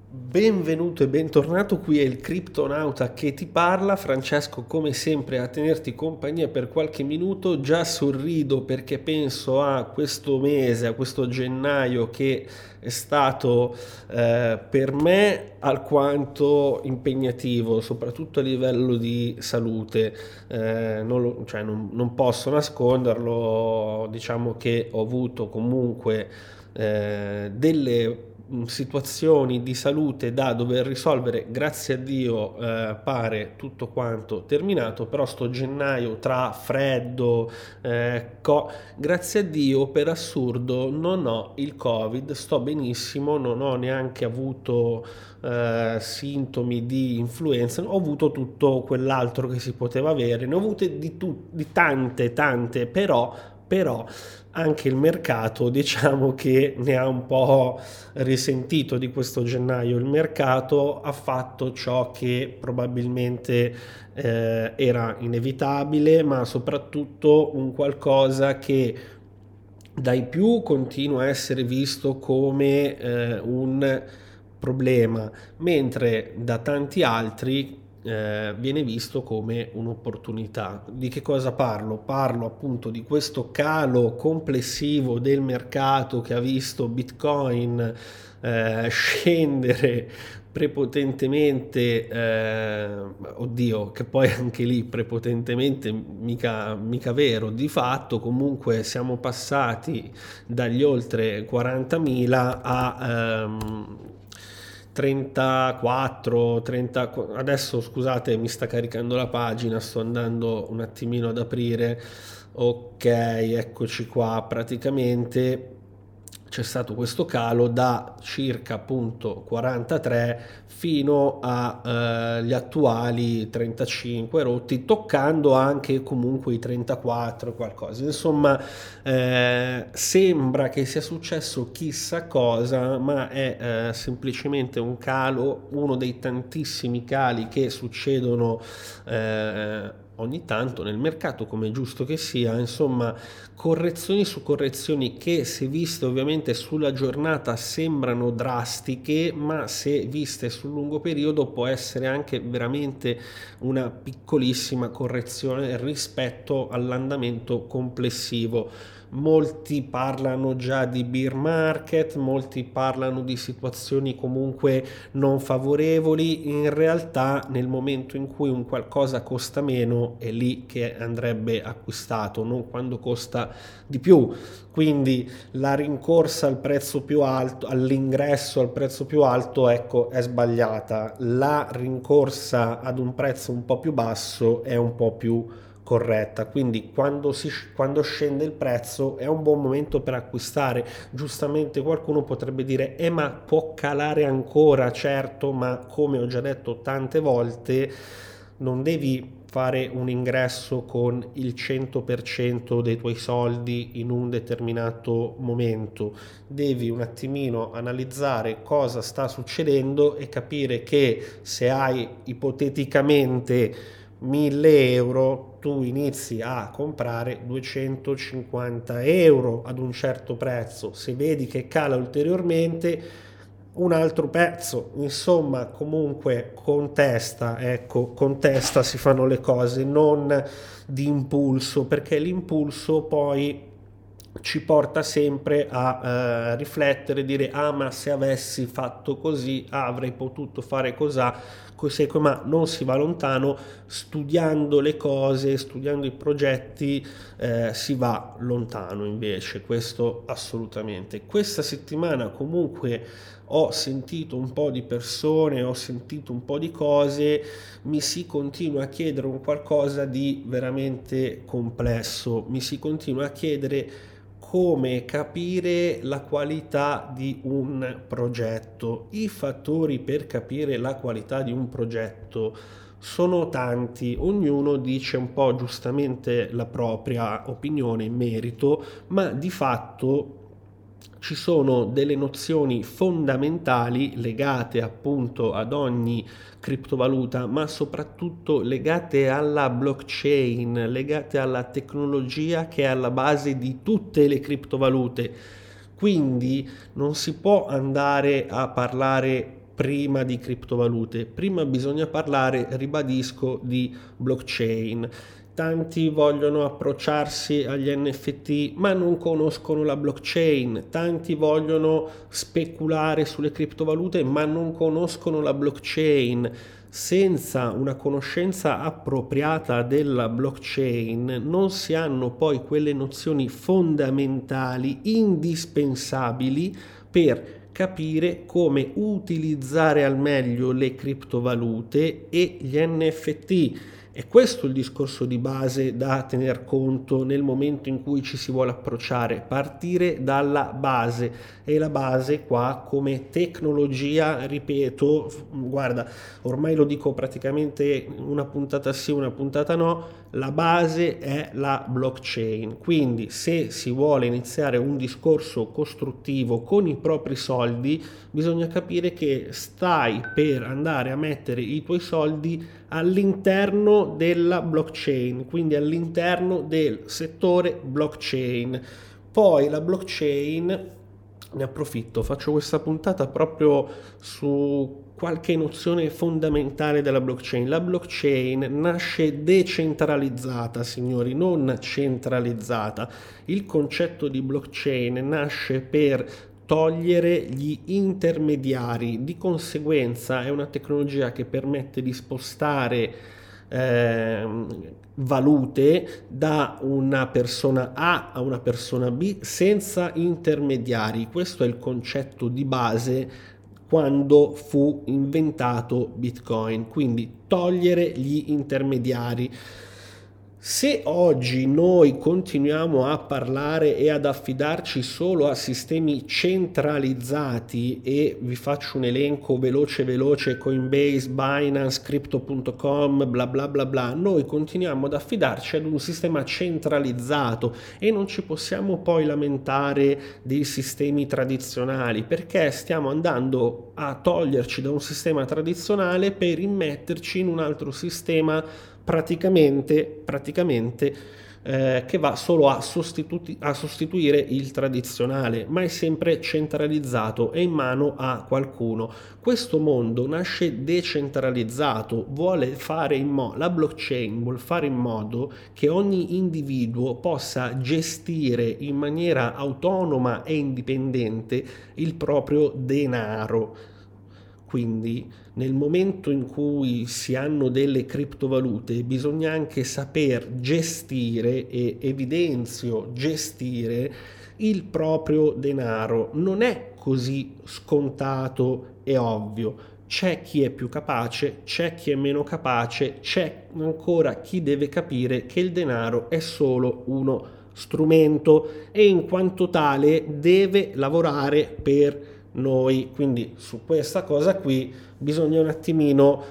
Benvenuto e bentornato, qui è il Criptonauta che ti parla, Francesco come sempre a tenerti compagnia per qualche minuto. Già sorrido perché penso a questo mese, a questo gennaio che è stato per me alquanto impegnativo, soprattutto a livello di salute. Non posso nasconderlo, diciamo che ho avuto comunque delle situazioni di salute da dover risolvere. Grazie a Dio pare tutto quanto terminato, però sto gennaio tra freddo, grazie a Dio per assurdo non ho il Covid, sto benissimo, non ho neanche avuto sintomi di influenza, ho avuto tutto quell'altro che si poteva avere, ne ho avute di tante, però anche il mercato diciamo che ne ha un po' risentito di questo gennaio. Il mercato ha fatto ciò che probabilmente era inevitabile, ma soprattutto un qualcosa che dai più continua a essere visto come un problema, mentre da tanti altri viene visto come un'opportunità. Di che cosa parlo? Parlo appunto di questo calo complessivo del mercato che ha visto Bitcoin scendere prepotentemente, oddio, che poi anche lì prepotentemente mica vero, di fatto comunque siamo passati dagli oltre 40.000 a 34, 30, adesso scusate mi sta caricando la pagina, sto andando un attimino ad aprire. Ok, eccoci qua, praticamente c'è stato questo calo da circa appunto 43 fino agli attuali 35 rotti, toccando anche comunque i 34 qualcosa. Insomma, sembra che sia successo chissà cosa, ma è semplicemente un calo, uno dei tantissimi cali che succedono ogni tanto nel mercato, come è giusto che sia. Insomma, correzioni su correzioni che, se viste ovviamente sulla giornata, sembrano drastiche, ma se viste sul lungo periodo può essere anche veramente una piccolissima correzione rispetto all'andamento complessivo. Molti parlano già di bear market, molti parlano di situazioni comunque non favorevoli. In realtà nel momento in cui un qualcosa costa meno è lì che andrebbe acquistato, non quando costa di più. Quindi la rincorsa al prezzo più alto, all'ingresso al prezzo più alto, ecco, è sbagliata. La rincorsa ad un prezzo un po' più basso è un po' più corretta. Quindi quando scende il prezzo è un buon momento per acquistare. Giustamente qualcuno potrebbe dire ma può calare ancora. Certo, ma come ho già detto tante volte, non devi fare un ingresso con il 100% dei tuoi soldi in un determinato momento. Devi un attimino analizzare cosa sta succedendo e capire che se hai ipoteticamente 1000 euro, tu inizi a comprare 250 euro ad un certo prezzo. Se vedi che cala ulteriormente, un altro pezzo. Insomma, comunque con testa, ecco, con testa si fanno le cose, non di impulso, perché l'impulso poi ci porta sempre a riflettere, dire ma se avessi fatto così, avrei potuto fare così, ma non si va lontano. Studiando le cose, studiando i progetti, si va lontano invece, questo assolutamente. Questa settimana comunque ho sentito un po' di persone, ho sentito un po' di cose, mi si continua a chiedere un qualcosa di veramente complesso, mi si continua a chiedere come capire la qualità di un progetto. I fattori per capire la qualità di un progetto sono tanti, ognuno dice un po' giustamente la propria opinione in merito, ma di fatto ci sono delle nozioni fondamentali legate appunto ad ogni criptovaluta, ma soprattutto legate alla blockchain, legate alla tecnologia che è alla base di tutte le criptovalute. Quindi non si può andare a parlare prima di criptovalute, prima bisogna parlare, ribadisco, di blockchain. Tanti vogliono approcciarsi agli NFT ma non conoscono la blockchain, tanti vogliono speculare sulle criptovalute ma non conoscono la blockchain. Senza una conoscenza appropriata della blockchain non si hanno poi quelle nozioni fondamentali, indispensabili per capire come utilizzare al meglio le criptovalute e gli NFT. E questo è il discorso di base da tener conto nel momento in cui ci si vuole approcciare, partire dalla base, e la base qua come tecnologia, ripeto, guarda, ormai lo dico praticamente una puntata sì, una puntata no, la base è la blockchain. Quindi se si vuole iniziare un discorso costruttivo con i propri soldi, bisogna capire che stai per andare a mettere i tuoi soldi all'interno della blockchain, quindi all'interno del settore blockchain. Poi la blockchain, ne approfitto, faccio questa puntata proprio su qualche nozione fondamentale della blockchain. La blockchain nasce decentralizzata, signori, non centralizzata. Il concetto di blockchain nasce per togliere gli intermediari, di conseguenza è una tecnologia che permette di spostare valute da una persona A a una persona B senza intermediari. Questo è il concetto di base quando fu inventato Bitcoin, quindi togliere gli intermediari. Se oggi noi continuiamo a parlare e ad affidarci solo a sistemi centralizzati, e vi faccio un elenco veloce, Coinbase, Binance, Crypto.com, bla bla bla bla, noi continuiamo ad affidarci ad un sistema centralizzato e non ci possiamo poi lamentare dei sistemi tradizionali, perché stiamo andando a toglierci da un sistema tradizionale per immetterci in un altro sistema praticamente che va solo a sostituire il tradizionale, ma è sempre centralizzato e in mano a qualcuno. Questo mondo nasce decentralizzato, la blockchain vuole fare in modo che ogni individuo possa gestire in maniera autonoma e indipendente il proprio denaro. Quindi nel momento in cui si hanno delle criptovalute bisogna anche saper gestire, e evidenzio gestire, il proprio denaro. Non è così scontato e ovvio. C'è chi è più capace, c'è chi è meno capace, c'è ancora chi deve capire che il denaro è solo uno strumento e in quanto tale deve lavorare per noi. Quindi su questa cosa qui bisogna un attimino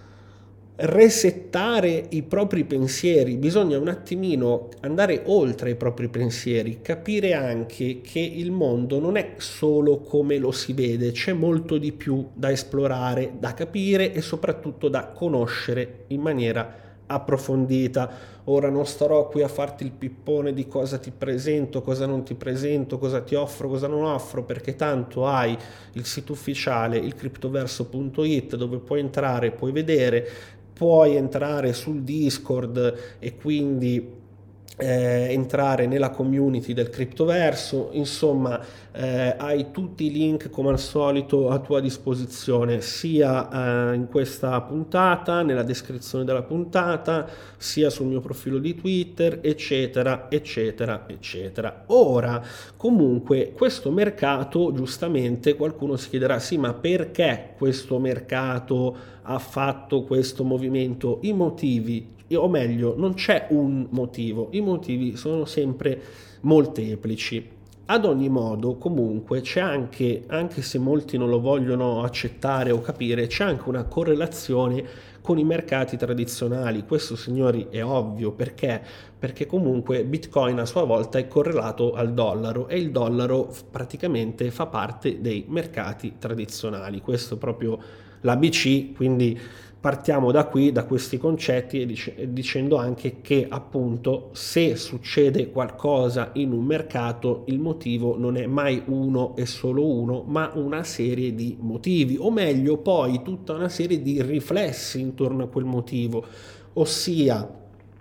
resettare i propri pensieri, bisogna un attimino andare oltre i propri pensieri, capire anche che il mondo non è solo come lo si vede, c'è molto di più da esplorare, da capire e soprattutto da conoscere in maniera approfondita. Ora non starò qui a farti il pippone di cosa ti presento, cosa non ti presento, cosa ti offro, cosa non offro, perché tanto hai il sito ufficiale, il cryptoverso.it, dove puoi entrare, puoi vedere, puoi entrare sul Discord e quindi entrare nella community del criptoverso. Insomma, hai tutti i link come al solito a tua disposizione, sia in questa puntata, nella descrizione della puntata, sia sul mio profilo di Twitter, eccetera eccetera eccetera. Ora comunque questo mercato, giustamente qualcuno si chiederà: sì, ma perché questo mercato ha fatto questo movimento? I motivi, o meglio, non c'è un motivo, i motivi sono sempre molteplici. Ad ogni modo, comunque, c'è anche se molti non lo vogliono accettare o capire, c'è anche una correlazione con i mercati tradizionali. Questo, signori, è ovvio. Perché comunque Bitcoin a sua volta è correlato al dollaro e il dollaro praticamente fa parte dei mercati tradizionali. Questo è proprio l'ABC, quindi partiamo da qui, da questi concetti, e dicendo anche che appunto se succede qualcosa in un mercato, il motivo non è mai uno e solo uno, ma una serie di motivi, o meglio poi tutta una serie di riflessi intorno a quel motivo, ossia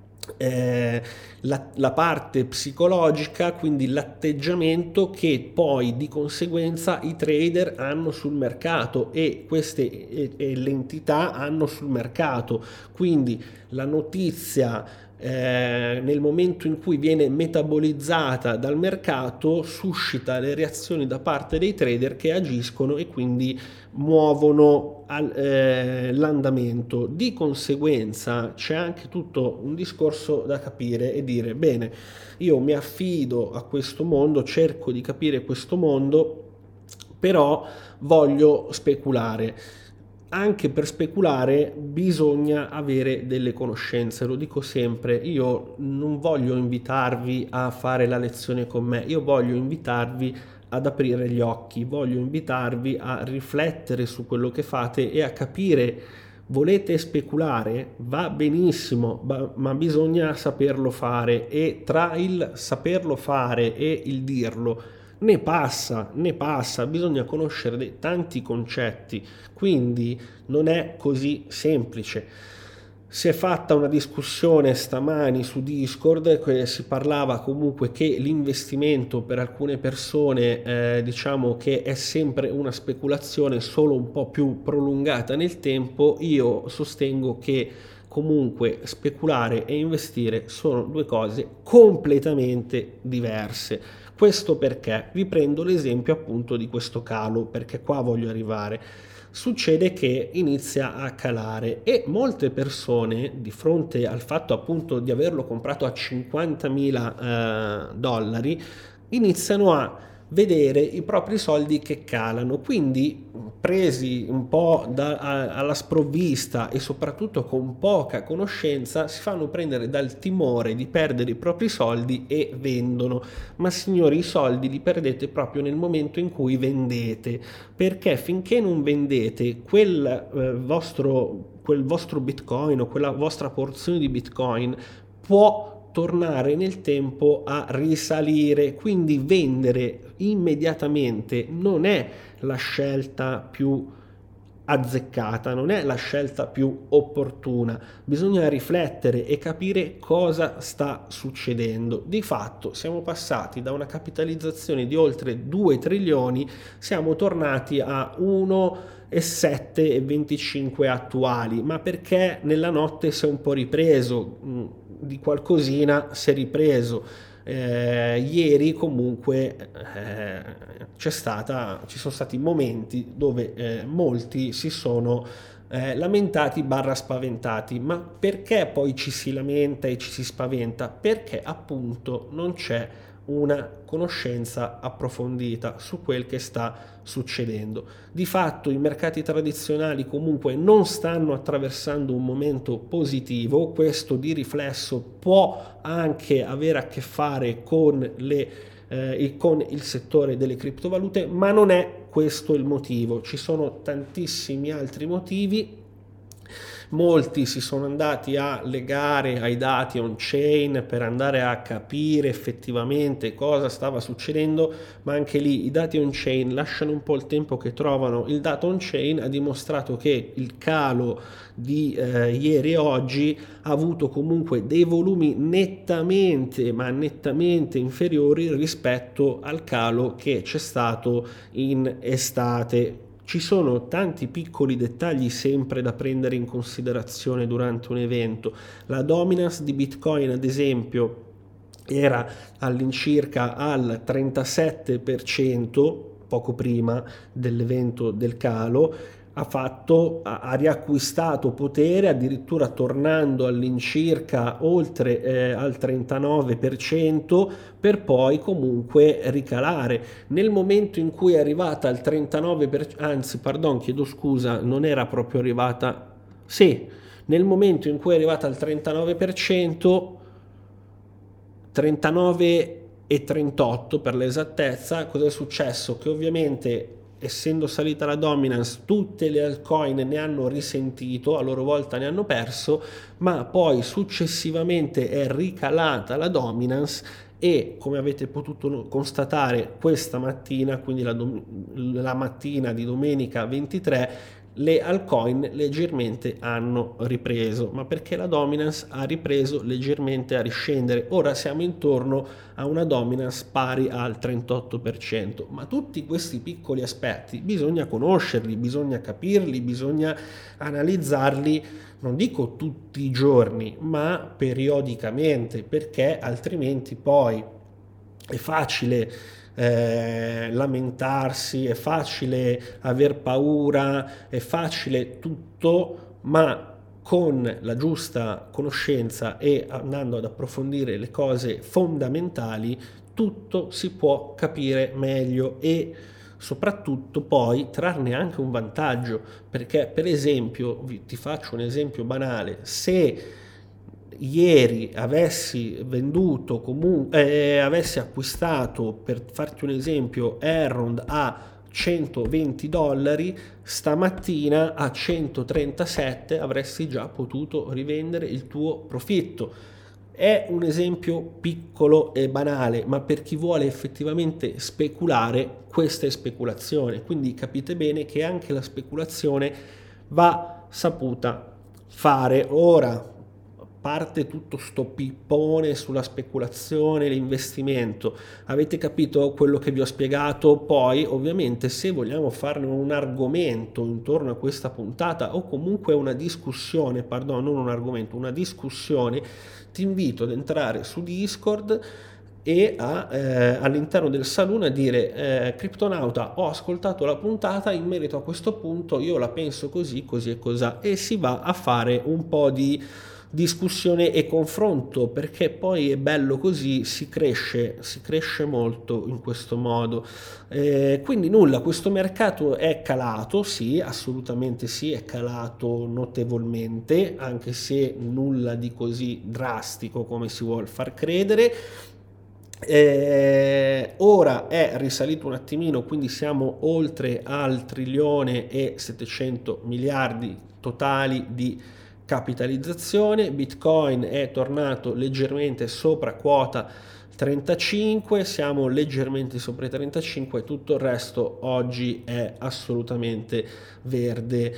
la parte psicologica, quindi l'atteggiamento che poi di conseguenza i trader hanno sul mercato e le entità hanno sul mercato. Quindi la notizia nel momento in cui viene metabolizzata dal mercato suscita le reazioni da parte dei trader che agiscono e quindi muovono l'andamento. Di conseguenza c'è anche tutto un discorso da capire e dire: bene, io mi affido a questo mondo, cerco di capire questo mondo, però voglio speculare. Anche per speculare bisogna avere delle conoscenze, lo dico sempre. Io non voglio invitarvi a fare la lezione con me, io voglio invitarvi ad aprire gli occhi, voglio invitarvi a riflettere su quello che fate e a capire. Volete speculare? Va benissimo, ma bisogna saperlo fare, e tra il saperlo fare e il dirlo ne passa, bisogna conoscere tanti concetti, quindi non è così semplice. Si è fatta una discussione stamani su Discord, si parlava comunque che l'investimento per alcune persone diciamo che è sempre una speculazione solo un po' più prolungata nel tempo. Io sostengo che comunque speculare e investire sono due cose completamente diverse. Questo perché vi prendo l'esempio appunto di questo calo, perché qua voglio arrivare. Succede che inizia a calare e molte persone, di fronte al fatto appunto di averlo comprato a 50.000 dollari, iniziano a vedere i propri soldi che calano, quindi presi un po' alla sprovvista e soprattutto con poca conoscenza si fanno prendere dal timore di perdere i propri soldi e vendono. Ma signori, i soldi li perdete proprio nel momento in cui vendete, perché finché non vendete quel vostro Bitcoin o quella vostra porzione di Bitcoin può tornare nel tempo a risalire. Quindi vendere immediatamente non è la scelta più azzeccata, non è la scelta più opportuna. Bisogna riflettere e capire cosa sta succedendo. Di fatto siamo passati da una capitalizzazione di oltre 2 trilioni, siamo tornati a 1,7 e 25 attuali, ma perché nella notte si è un po' ripreso, di qualcosina si è ripreso. Ieri comunque ci sono stati momenti dove molti si sono lamentati barra spaventati. Ma perché poi ci si lamenta e ci si spaventa? Perché appunto non c'è una conoscenza approfondita su quel che sta succedendo. Di fatto i mercati tradizionali comunque non stanno attraversando un momento positivo. Questo di riflesso può anche avere a che fare con il settore delle criptovalute, ma non è questo il motivo. Ci sono tantissimi altri motivi. Molti si sono andati a legare ai dati on-chain per andare a capire effettivamente cosa stava succedendo, ma anche lì i dati on-chain lasciano un po' il tempo che trovano. Il dato on-chain ha dimostrato che il calo di ieri e oggi ha avuto comunque dei volumi nettamente inferiori rispetto al calo che c'è stato in estate. Ci sono tanti piccoli dettagli sempre da prendere in considerazione durante un evento. La dominance di Bitcoin, ad esempio, era all'incirca al 37% poco prima dell'evento del calo. Ha riacquistato potere, addirittura tornando all'incirca oltre al 39%, per poi comunque ricalare. Nel momento in cui è arrivata al 39%, anzi pardon, chiedo scusa, non era proprio arrivata, sì, Nel momento in cui è arrivata al 39%, 39,38 per l'esattezza, cosa è successo? Che ovviamente, essendo salita la dominance, tutte le altcoin ne hanno risentito, a loro volta ne hanno perso, ma poi successivamente è ricalata la dominance e, come avete potuto constatare questa mattina, quindi la mattina di domenica 23, le altcoin leggermente hanno ripreso, ma perché la dominance ha ripreso leggermente a riscendere. Ora siamo intorno a una dominance pari al 38%, ma tutti questi piccoli aspetti bisogna conoscerli, bisogna capirli, bisogna analizzarli, non dico tutti i giorni, ma periodicamente, perché altrimenti poi è facile lamentarsi, è facile aver paura, è facile tutto, ma con la giusta conoscenza e andando ad approfondire le cose fondamentali, tutto si può capire meglio e soprattutto poi trarne anche un vantaggio, perché per esempio, ti faccio un esempio banale, se ieri avessi venduto comunque avessi acquistato, per farti un esempio, Elrond a $120, stamattina a 137 avresti già potuto rivendere il tuo profitto. È un esempio piccolo e banale, ma per chi vuole effettivamente speculare, questa è speculazione. Quindi capite bene che anche la speculazione va saputa fare. Ora parte tutto sto pippone sulla speculazione e l'investimento. Avete capito quello che vi ho spiegato? Poi, ovviamente, se vogliamo farne un argomento intorno a questa puntata o comunque una discussione, pardon, non un argomento, una discussione, ti invito ad entrare su Discord e all'interno del saloon a dire Criptonauta, ho ascoltato la puntata, in merito a questo punto io la penso così, così e così, e si va a fare un po' di discussione e confronto, perché poi è bello così, si cresce molto in questo modo. Quindi nulla, questo mercato è calato, sì, assolutamente sì, è calato notevolmente, anche se nulla di così drastico come si vuol far credere. Ora è risalito un attimino, quindi siamo oltre al 1.700.000.000.000 totali di capitalizzazione. Bitcoin è tornato leggermente sopra quota 35, siamo leggermente sopra i 35, tutto il resto oggi è assolutamente verde.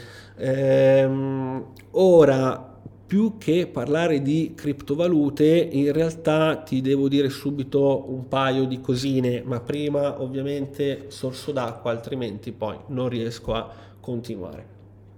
Ora, più che parlare di criptovalute, in realtà ti devo dire subito un paio di cosine, ma prima ovviamente sorso d'acqua, altrimenti poi non riesco a continuare.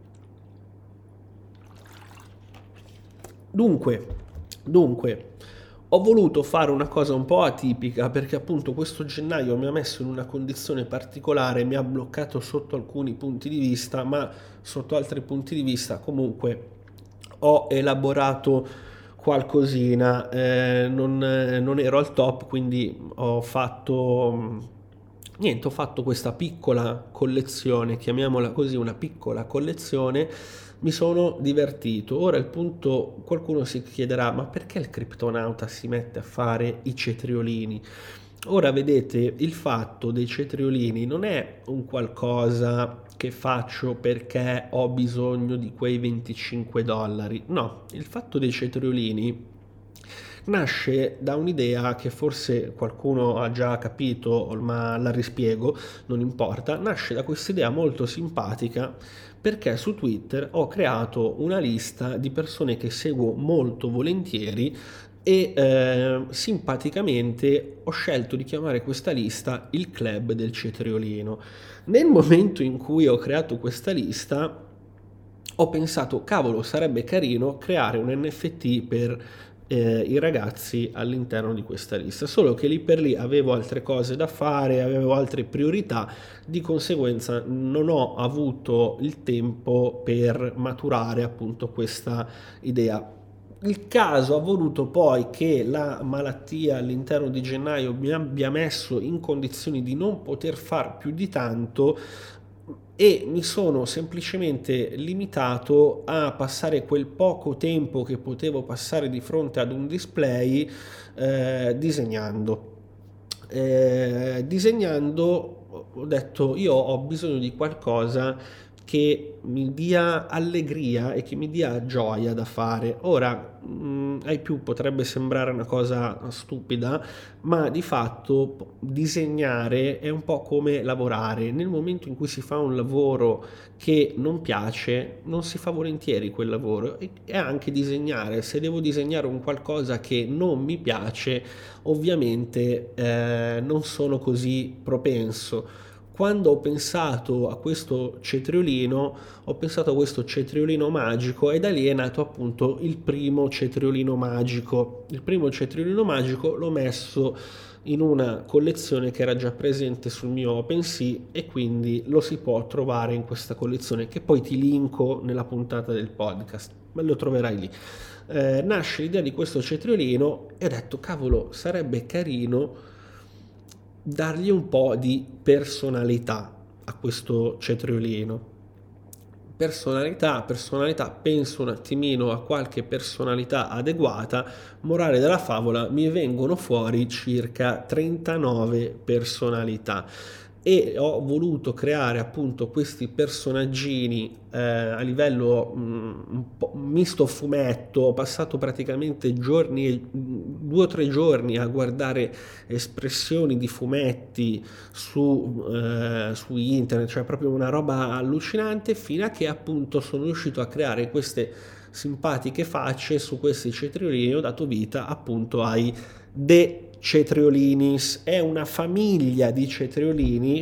Dunque, ho voluto fare una cosa un po' atipica perché appunto questo gennaio mi ha messo in una condizione particolare, mi ha bloccato sotto alcuni punti di vista, ma sotto altri punti di vista comunque ho elaborato qualcosina, non ero al top, quindi ho fatto questa piccola collezione, chiamiamola così, una piccola collezione. Mi sono divertito. Ora il punto, qualcuno si chiederà, ma perché il criptonauta si mette a fare i cetriolini? Ora vedete, il fatto dei cetriolini non è un qualcosa che faccio perché ho bisogno di quei $25. No, il fatto dei cetriolini nasce da un'idea che forse qualcuno ha già capito, ma la rispiego, non importa. Nasce da questa idea molto simpatica perché su Twitter ho creato una lista di persone che seguo molto volentieri e simpaticamente ho scelto di chiamare questa lista il club del cetriolino. Nel momento in cui ho creato questa lista ho pensato, cavolo, sarebbe carino creare un NFT per i ragazzi all'interno di questa lista, solo che lì per lì avevo altre cose da fare, avevo altre priorità, di conseguenza non ho avuto il tempo per maturare appunto questa idea. Il caso ha voluto poi che la malattia all'interno di gennaio mi abbia messo in condizioni di non poter far più di tanto e mi sono semplicemente limitato a passare quel poco tempo che potevo passare di fronte ad un display disegnando. Disegnando ho detto io ho bisogno di qualcosa che mi dia allegria e che mi dia gioia da fare. Ora, ai più potrebbe sembrare una cosa stupida, ma di fatto disegnare è un po' come lavorare. Nel momento in cui si fa un lavoro che non piace, non si fa volentieri quel lavoro. E anche disegnare, se devo disegnare un qualcosa che non mi piace, ovviamente non sono così propenso. Quando ho pensato a questo cetriolino, ho pensato a questo cetriolino magico e da lì è nato appunto il primo cetriolino magico. Il primo cetriolino magico l'ho messo in una collezione che era già presente sul mio OpenSea e quindi lo si può trovare in questa collezione che poi ti linko nella puntata del podcast, ma lo troverai lì. Nasce l'idea di questo cetriolino e ho detto cavolo, sarebbe carino dargli un po' di personalità a questo cetriolino. Personalità, penso un attimino a qualche personalità adeguata, morale della favola, mi vengono fuori circa 39 personalità e ho voluto creare appunto questi personaggini a livello un po' misto fumetto. Ho passato praticamente giorni, 2 o 3 giorni a guardare espressioni di fumetti su internet, cioè proprio una roba allucinante, fino a che appunto sono riuscito a creare queste simpatiche facce su questi cetriolini. Ho dato vita appunto ai De Cetriolinis. È una famiglia di cetriolini,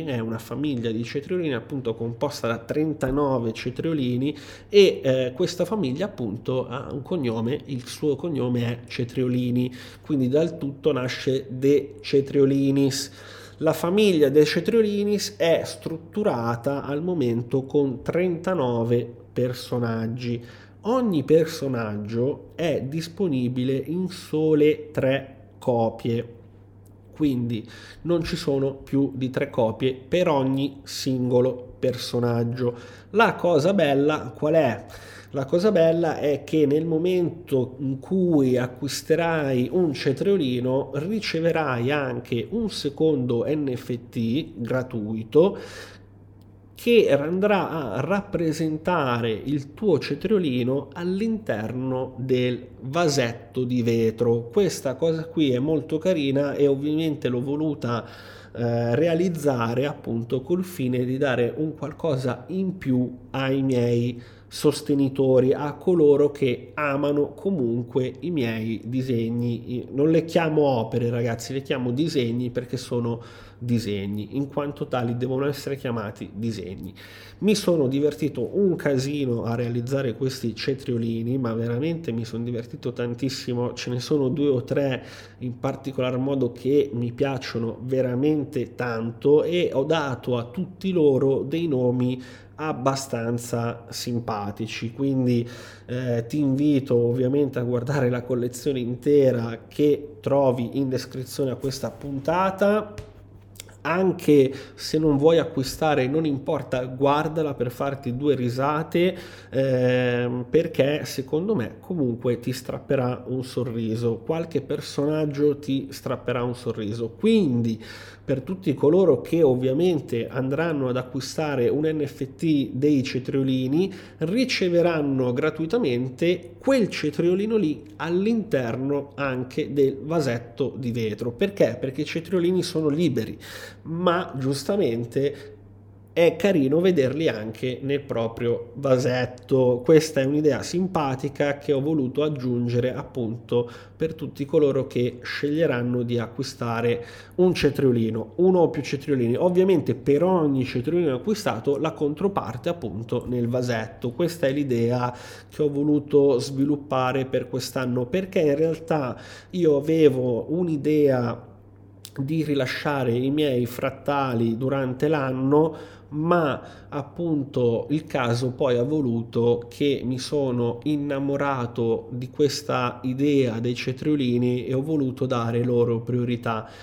appunto composta da 39 cetriolini e questa famiglia appunto ha un cognome, il suo cognome è Cetriolini, quindi dal tutto nasce De Cetriolinis. La famiglia dei Cetriolinis è strutturata al momento con 39 personaggi. Ogni personaggio è disponibile in sole 3 copie, quindi non ci sono più di 3 copie per ogni singolo personaggio. La cosa bella qual è? La cosa bella è che nel momento in cui acquisterai un cetriolino riceverai anche un secondo NFT gratuito che andrà a rappresentare il tuo cetriolino all'interno del vasetto di vetro. Questa cosa qui è molto carina e ovviamente l'ho voluta realizzare appunto col fine di dare un qualcosa in più ai miei sostenitori, a coloro che amano comunque i miei disegni. Non le chiamo opere, ragazzi, le chiamo disegni perché sono disegni, in quanto tali devono essere chiamati disegni. Mi sono divertito un casino a realizzare questi cetriolini, ma veramente mi sono divertito tantissimo. Ce ne sono 2 o 3 in particolar modo che mi piacciono veramente tanto e ho dato a tutti loro dei nomi abbastanza simpatici, quindi ti invito ovviamente a guardare la collezione intera che trovi in descrizione a questa puntata. Anche se non vuoi acquistare, non importa, guardala per farti 2 risate, perché secondo me comunque ti strapperà un sorriso, qualche personaggio ti strapperà un sorriso. Quindi per tutti coloro che ovviamente andranno ad acquistare un NFT dei cetriolini, riceveranno gratuitamente quel cetriolino lì all'interno anche del vasetto di vetro. Perché? Perché i cetriolini sono liberi, ma giustamente è carino vederli anche nel proprio vasetto. Questa è un'idea simpatica che ho voluto aggiungere appunto per tutti coloro che sceglieranno di acquistare un cetriolino, uno o più cetriolini. Ovviamente per ogni cetriolino acquistato la controparte appunto nel vasetto. Questa è l'idea che ho voluto sviluppare per quest'anno, perché in realtà io avevo un'idea di rilasciare i miei frattali durante l'anno, ma appunto il caso poi ha voluto che mi sono innamorato di questa idea dei cetriolini e ho voluto dare loro priorità.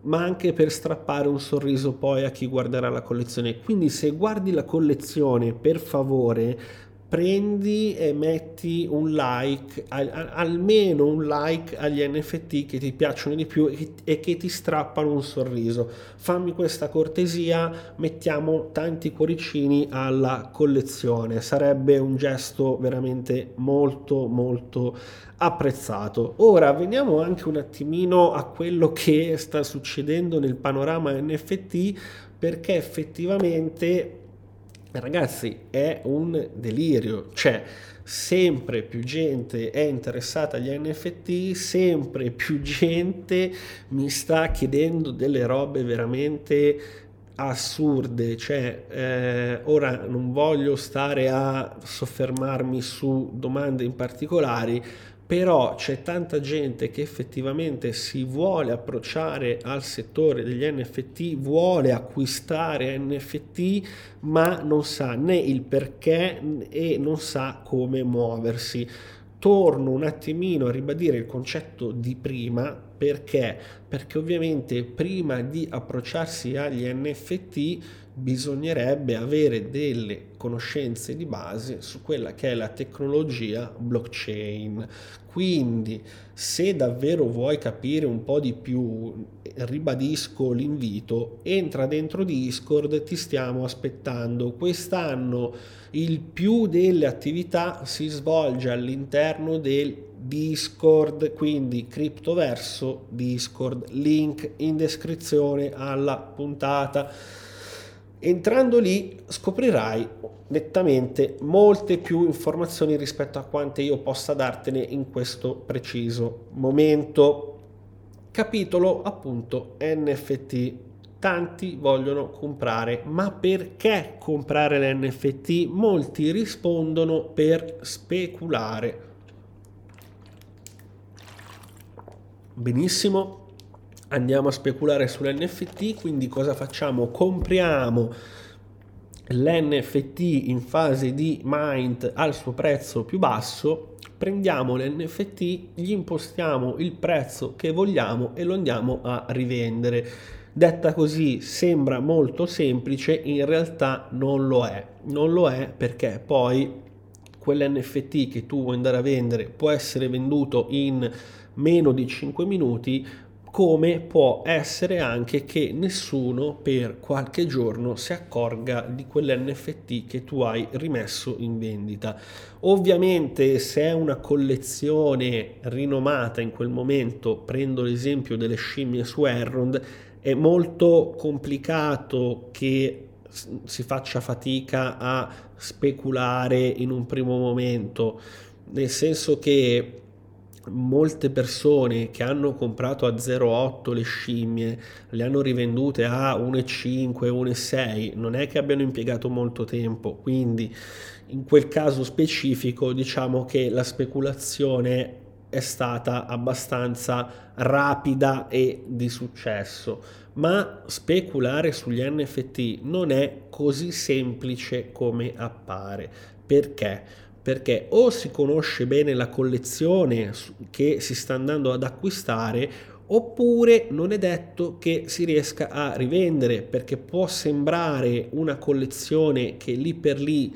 ma anche per strappare un sorriso poi a chi guarderà la collezione. Quindi se guardi la collezione, per favore, prendi e metti un like, almeno un like agli NFT che ti piacciono di più e che ti strappano un sorriso. Fammi questa cortesia, mettiamo tanti cuoricini alla collezione, sarebbe un gesto veramente molto molto apprezzato. Ora veniamo anche un attimino a quello che sta succedendo nel panorama NFT, perché effettivamente, ragazzi, è un delirio. Cioè, sempre più gente è interessata agli NFT, sempre più gente mi sta chiedendo delle robe veramente assurde. Cioè, ora non voglio stare a soffermarmi su domande in particolari, però c'è tanta gente che effettivamente si vuole approcciare al settore degli NFT, vuole acquistare NFT, ma non sa né il perché e non sa come muoversi. Torno un attimino a ribadire il concetto di prima, perché ovviamente prima di approcciarsi agli NFT bisognerebbe avere delle conoscenze di base su quella che è la tecnologia blockchain. Quindi, se davvero vuoi capire un po' di più, ribadisco l'invito, entra dentro Discord, ti stiamo aspettando. Quest'anno il più delle attività si svolge all'interno del Discord, quindi Criptoverso Discord, link in descrizione alla puntata. Entrando lì scoprirai nettamente molte più informazioni rispetto a quante io possa dartene in questo preciso momento. Capitolo appunto NFT. Tanti vogliono comprare, ma perché comprare l'NFT? Molti rispondono per speculare. Benissimo, andiamo a speculare sull'NFT, quindi cosa facciamo? Compriamo l'NFT in fase di mint al suo prezzo più basso, prendiamo l'NFT, gli impostiamo il prezzo che vogliamo e lo andiamo a rivendere. Detta così sembra molto semplice, in realtà non lo è. Non lo è perché poi quell'NFT che tu vuoi andare a vendere può essere venduto in meno di 5 minuti, come può essere anche che nessuno per qualche giorno si accorga di quell'NFT che tu hai rimesso in vendita. Ovviamente se è una collezione rinomata in quel momento, prendo l'esempio delle scimmie su Elrond, è molto complicato che si faccia fatica a speculare in un primo momento, nel senso che molte persone che hanno comprato a 0,8 le scimmie le hanno rivendute a 1,5, 1,6, non è che abbiano impiegato molto tempo, quindi in quel caso specifico diciamo che la speculazione è stata abbastanza rapida e di successo, ma speculare sugli NFT non è così semplice come appare. Perché? Perché o si conosce bene la collezione che si sta andando ad acquistare, oppure non è detto che si riesca a rivendere, perché può sembrare una collezione che lì per lì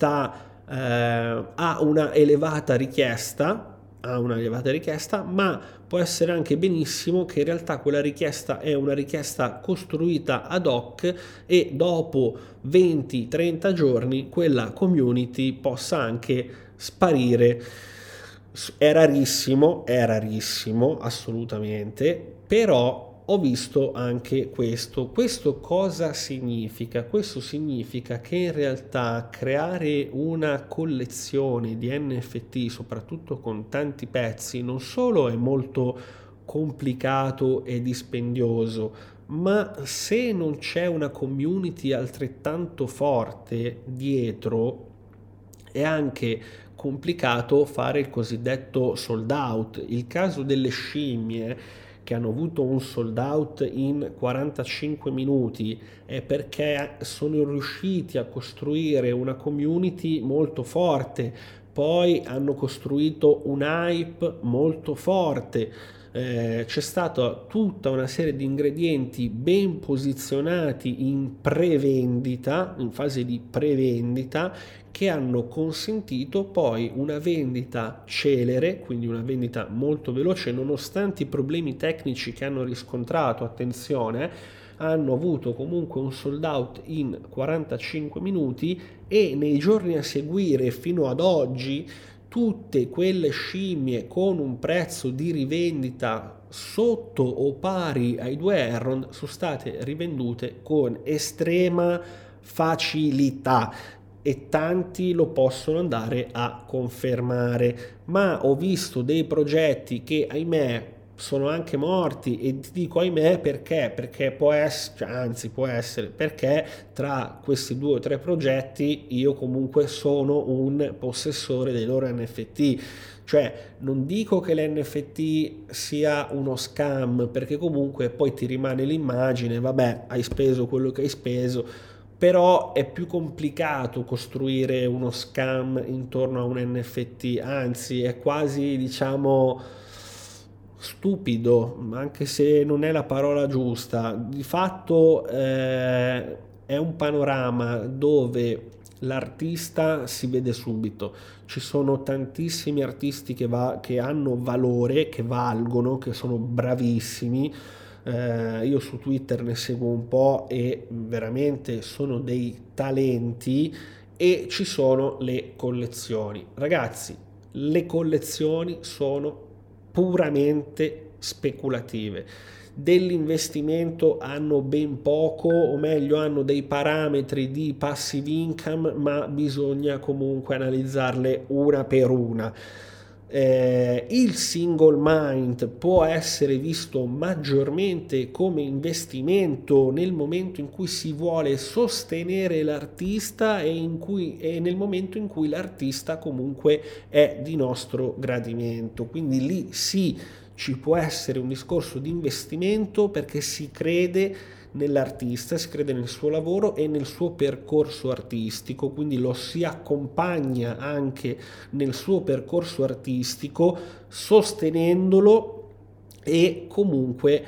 ha una elevata richiesta, ma può essere anche benissimo che in realtà quella richiesta è una richiesta costruita ad hoc e dopo 20-30 giorni quella community possa anche sparire. È rarissimo, assolutamente, però ho visto anche questo. Questo cosa significa? Questo significa che in realtà creare una collezione di NFT, soprattutto con tanti pezzi, non solo è molto complicato e dispendioso, ma se non c'è una community altrettanto forte dietro, è anche complicato fare il cosiddetto sold out. Il caso delle scimmie che hanno avuto un sold out in 45 minuti è perché sono riusciti a costruire una community molto forte, poi hanno costruito un hype molto forte. c'è stata tutta una serie di ingredienti ben posizionati in prevendita, in fase di prevendita, che hanno consentito poi una vendita celere, quindi una vendita molto veloce, nonostante i problemi tecnici che hanno riscontrato, attenzione, hanno avuto comunque un sold out in 45 minuti, e nei giorni a seguire fino ad oggi tutte quelle scimmie con un prezzo di rivendita sotto o pari ai 2 Erron sono state rivendute con estrema facilità, e tanti lo possono andare a confermare. Ma ho visto dei progetti che, ahimè, sono anche morti, e ti dico ahimè perché può essere, cioè, anzi può essere perché tra questi 2 o 3 progetti io comunque sono un possessore dei loro NFT. Cioè, non dico che l'NFT sia uno scam, perché comunque poi ti rimane l'immagine, vabbè, hai speso quello che hai speso, però è più complicato costruire uno scam intorno a un NFT, anzi è quasi, diciamo, stupido, anche se non è la parola giusta. Di fatto è un panorama dove l'artista si vede subito. Ci sono tantissimi artisti che hanno valore, che valgono, che sono bravissimi. Io su Twitter ne seguo un po' e veramente sono dei talenti. E ci sono le collezioni. Ragazzi, le collezioni sono puramente speculative. Dell'investimento hanno ben poco, o meglio hanno dei parametri di passive income, ma bisogna comunque analizzarle una per una. Il single mind può essere visto maggiormente come investimento nel momento in cui si vuole sostenere l'artista, e nel momento in cui l'artista comunque è di nostro gradimento. Quindi lì sì, ci può essere un discorso di investimento, perché si crede nell'artista, si crede nel suo lavoro e nel suo percorso artistico, quindi lo si accompagna anche nel suo percorso artistico, sostenendolo e comunque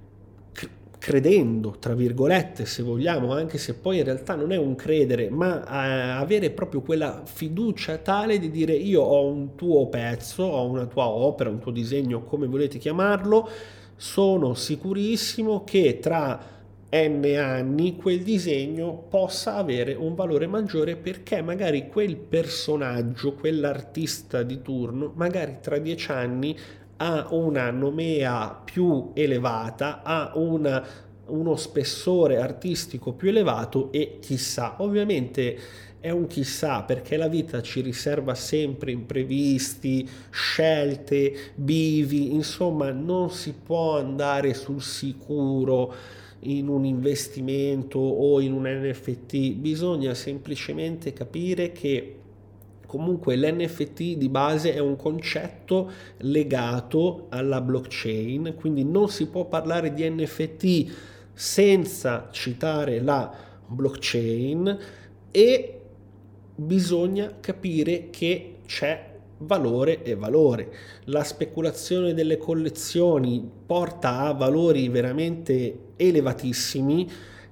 credendo, tra virgolette, se vogliamo, anche se poi in realtà non è un credere, ma avere proprio quella fiducia tale di dire: io ho un tuo pezzo, ho una tua opera, un tuo disegno, come volete chiamarlo, sono sicurissimo che tra n anni quel disegno possa avere un valore maggiore, perché magari quel personaggio, quell'artista di turno, magari tra 10 anni ha una nomea più elevata, ha uno spessore artistico più elevato, e chissà, ovviamente è un chissà, perché la vita ci riserva sempre imprevisti, scelte, bivi, insomma non si può andare sul sicuro in un investimento o in un NFT. Bisogna semplicemente capire che comunque l'NFT di base è un concetto legato alla blockchain, quindi non si può parlare di NFT senza citare la blockchain, e bisogna capire che c'è valore e valore. La speculazione delle collezioni porta a valori veramente elevatissimi.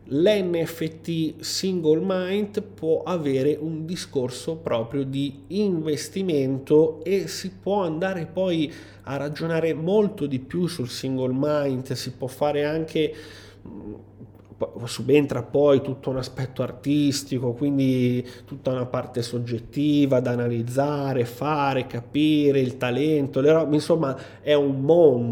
L'NFT single mind può avere un discorso proprio di investimento, e si può andare poi a ragionare molto di più sul single mind. Si può fare anche, subentra poi tutto un aspetto artistico, quindi tutta una parte soggettiva da analizzare, fare, capire il talento, le robe, insomma è un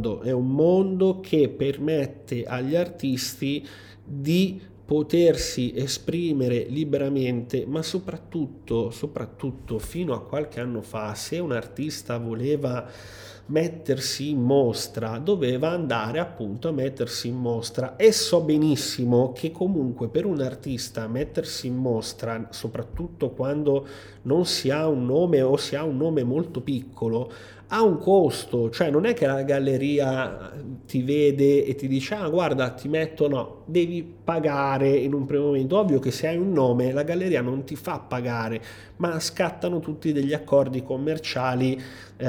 mondo che permette agli artisti di potersi esprimere liberamente, ma soprattutto fino a qualche anno fa, se un artista voleva mettersi in mostra, doveva andare appunto a mettersi in mostra. E so benissimo che comunque per un artista mettersi in mostra, soprattutto quando non si ha un nome o si ha un nome molto piccolo, ha un costo, cioè non è che la galleria ti vede e ti dice ah guarda ti metto, no, devi pagare in un primo momento. Ovvio che se hai un nome la galleria non ti fa pagare, ma scattano tutti degli accordi commerciali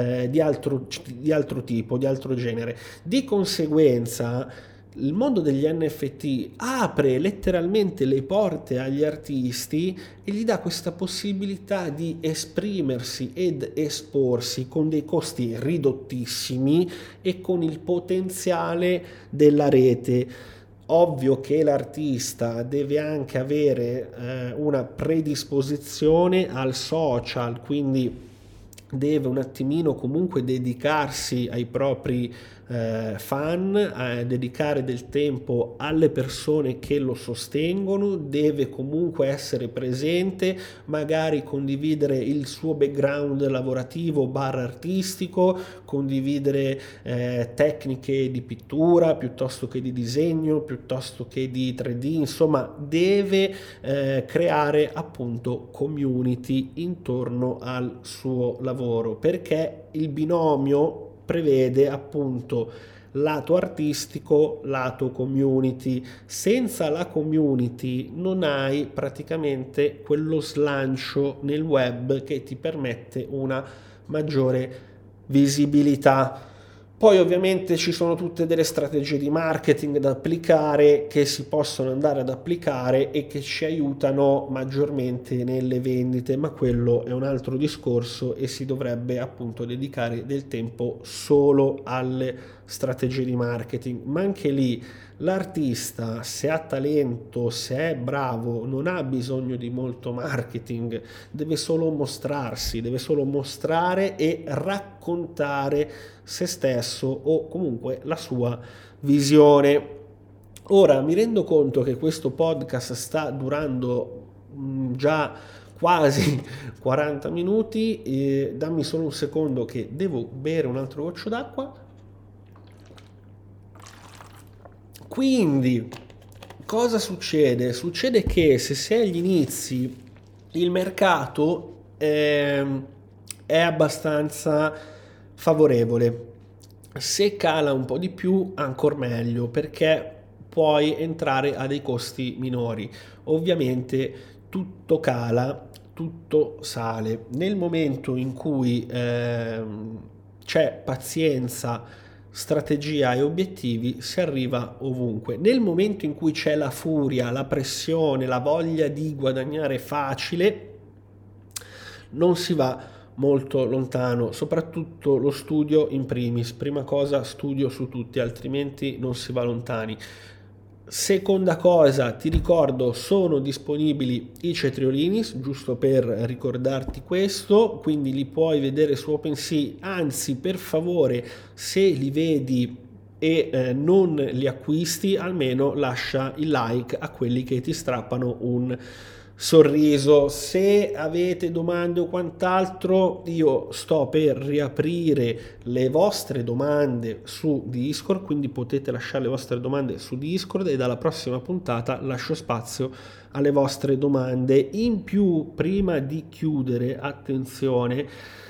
di altro tipo, di altro genere. Di conseguenza il mondo degli NFT apre letteralmente le porte agli artisti e gli dà questa possibilità di esprimersi ed esporsi con dei costi ridottissimi e con il potenziale della rete. Ovvio che l'artista deve anche avere una predisposizione al social, quindi deve un attimino comunque dedicarsi ai propri fan, dedicare del tempo alle persone che lo sostengono, deve comunque essere presente, magari condividere il suo background lavorativo barra artistico, condividere tecniche di pittura piuttosto che di disegno, piuttosto che di 3D, insomma deve creare appunto community intorno al suo lavoro, perché il binomio prevede appunto lato artistico, lato community. Senza la community non hai praticamente quello slancio nel web che ti permette una maggiore visibilità. Poi ovviamente ci sono tutte delle strategie di marketing da applicare, che si possono andare ad applicare e che ci aiutano maggiormente nelle vendite, ma quello è un altro discorso e si dovrebbe appunto dedicare del tempo solo alle strategie di marketing. Ma anche lì l'artista, se ha talento, se è bravo, non ha bisogno di molto marketing, deve solo mostrarsi, deve solo mostrare e raccontare se stesso o comunque la sua visione. Ora mi rendo conto che questo podcast sta durando già quasi 40 minuti, dammi solo un secondo che devo bere un altro goccio d'acqua. Quindi cosa succede? Succede che se sei agli inizi il mercato è abbastanza favorevole. Se cala un po' di più, ancora meglio, perché puoi entrare a dei costi minori. Ovviamente tutto cala, tutto sale. Nel momento in cui c'è pazienza, strategia e obiettivi, si arriva ovunque. Nel momento in cui c'è la furia, la pressione, la voglia di guadagnare facile, non si va molto lontano, soprattutto lo studio in primis. Prima cosa, studio su tutti, altrimenti non si va lontani. Seconda cosa, ti ricordo, sono disponibili i cetriolini, giusto per ricordarti questo, quindi li puoi vedere su OpenSea, anzi per favore se li vedi e non li acquisti, almeno lascia il like a quelli che ti strappano un sorriso. Se avete domande o quant'altro, io sto per riaprire le vostre domande su Discord, quindi potete lasciare le vostre domande su Discord e dalla prossima puntata lascio spazio alle vostre domande. In più, prima di chiudere, attenzione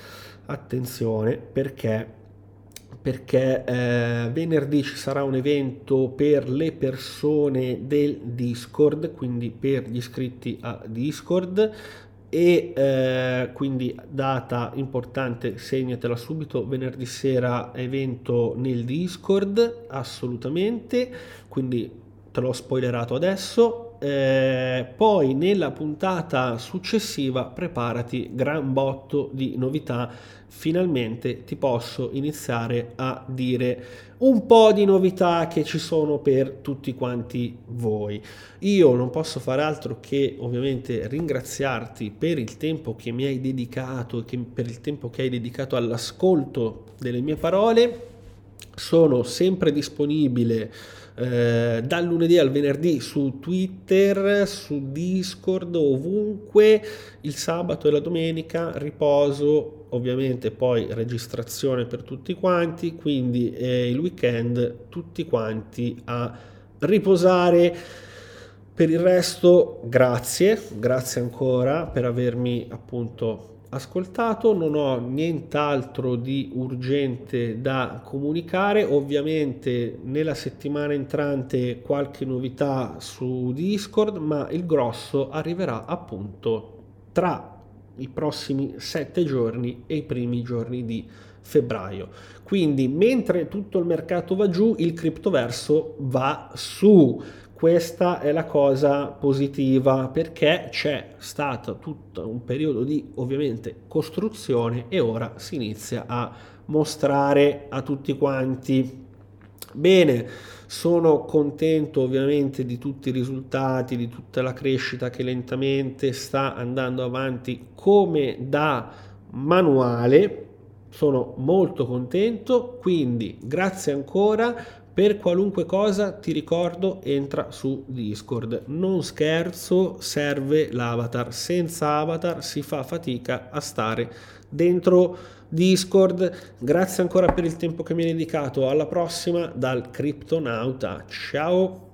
perché venerdì ci sarà un evento per le persone del Discord, quindi per gli iscritti a Discord, e quindi data importante, segnatela subito: venerdì sera evento nel Discord, assolutamente, quindi te l'ho spoilerato adesso. Poi nella puntata successiva preparati, gran botto di novità. Finalmente ti posso iniziare a dire un po' di novità che ci sono per tutti quanti voi. Io non posso fare altro che ovviamente ringraziarti per il tempo che mi hai dedicato e per il tempo che hai dedicato all'ascolto delle mie parole. Sono sempre disponibile dal lunedì al venerdì su Twitter, su Discord, ovunque. Il sabato e la domenica riposo, ovviamente poi registrazione per tutti quanti, quindi il weekend tutti quanti a riposare. Per il resto grazie ancora per avermi appunto ascoltato, non ho nient'altro di urgente da comunicare. Ovviamente nella settimana entrante qualche novità su Discord, ma il grosso arriverà appunto tra i prossimi 7 giorni e i primi giorni di febbraio. Quindi mentre tutto il mercato va giù, il criptoverso va su. Questa è la cosa positiva, perché c'è stato tutto un periodo di ovviamente costruzione e ora si inizia a mostrare a tutti quanti. Bene, sono contento ovviamente di tutti i risultati, di tutta la crescita che lentamente sta andando avanti come da manuale. Sono molto contento, quindi grazie ancora. Per qualunque cosa ti ricordo, entra su Discord. Non scherzo, serve l'avatar. Senza avatar si fa fatica a stare dentro Discord. Grazie ancora per il tempo che mi hai dedicato. Alla prossima dal Criptonauta. Ciao!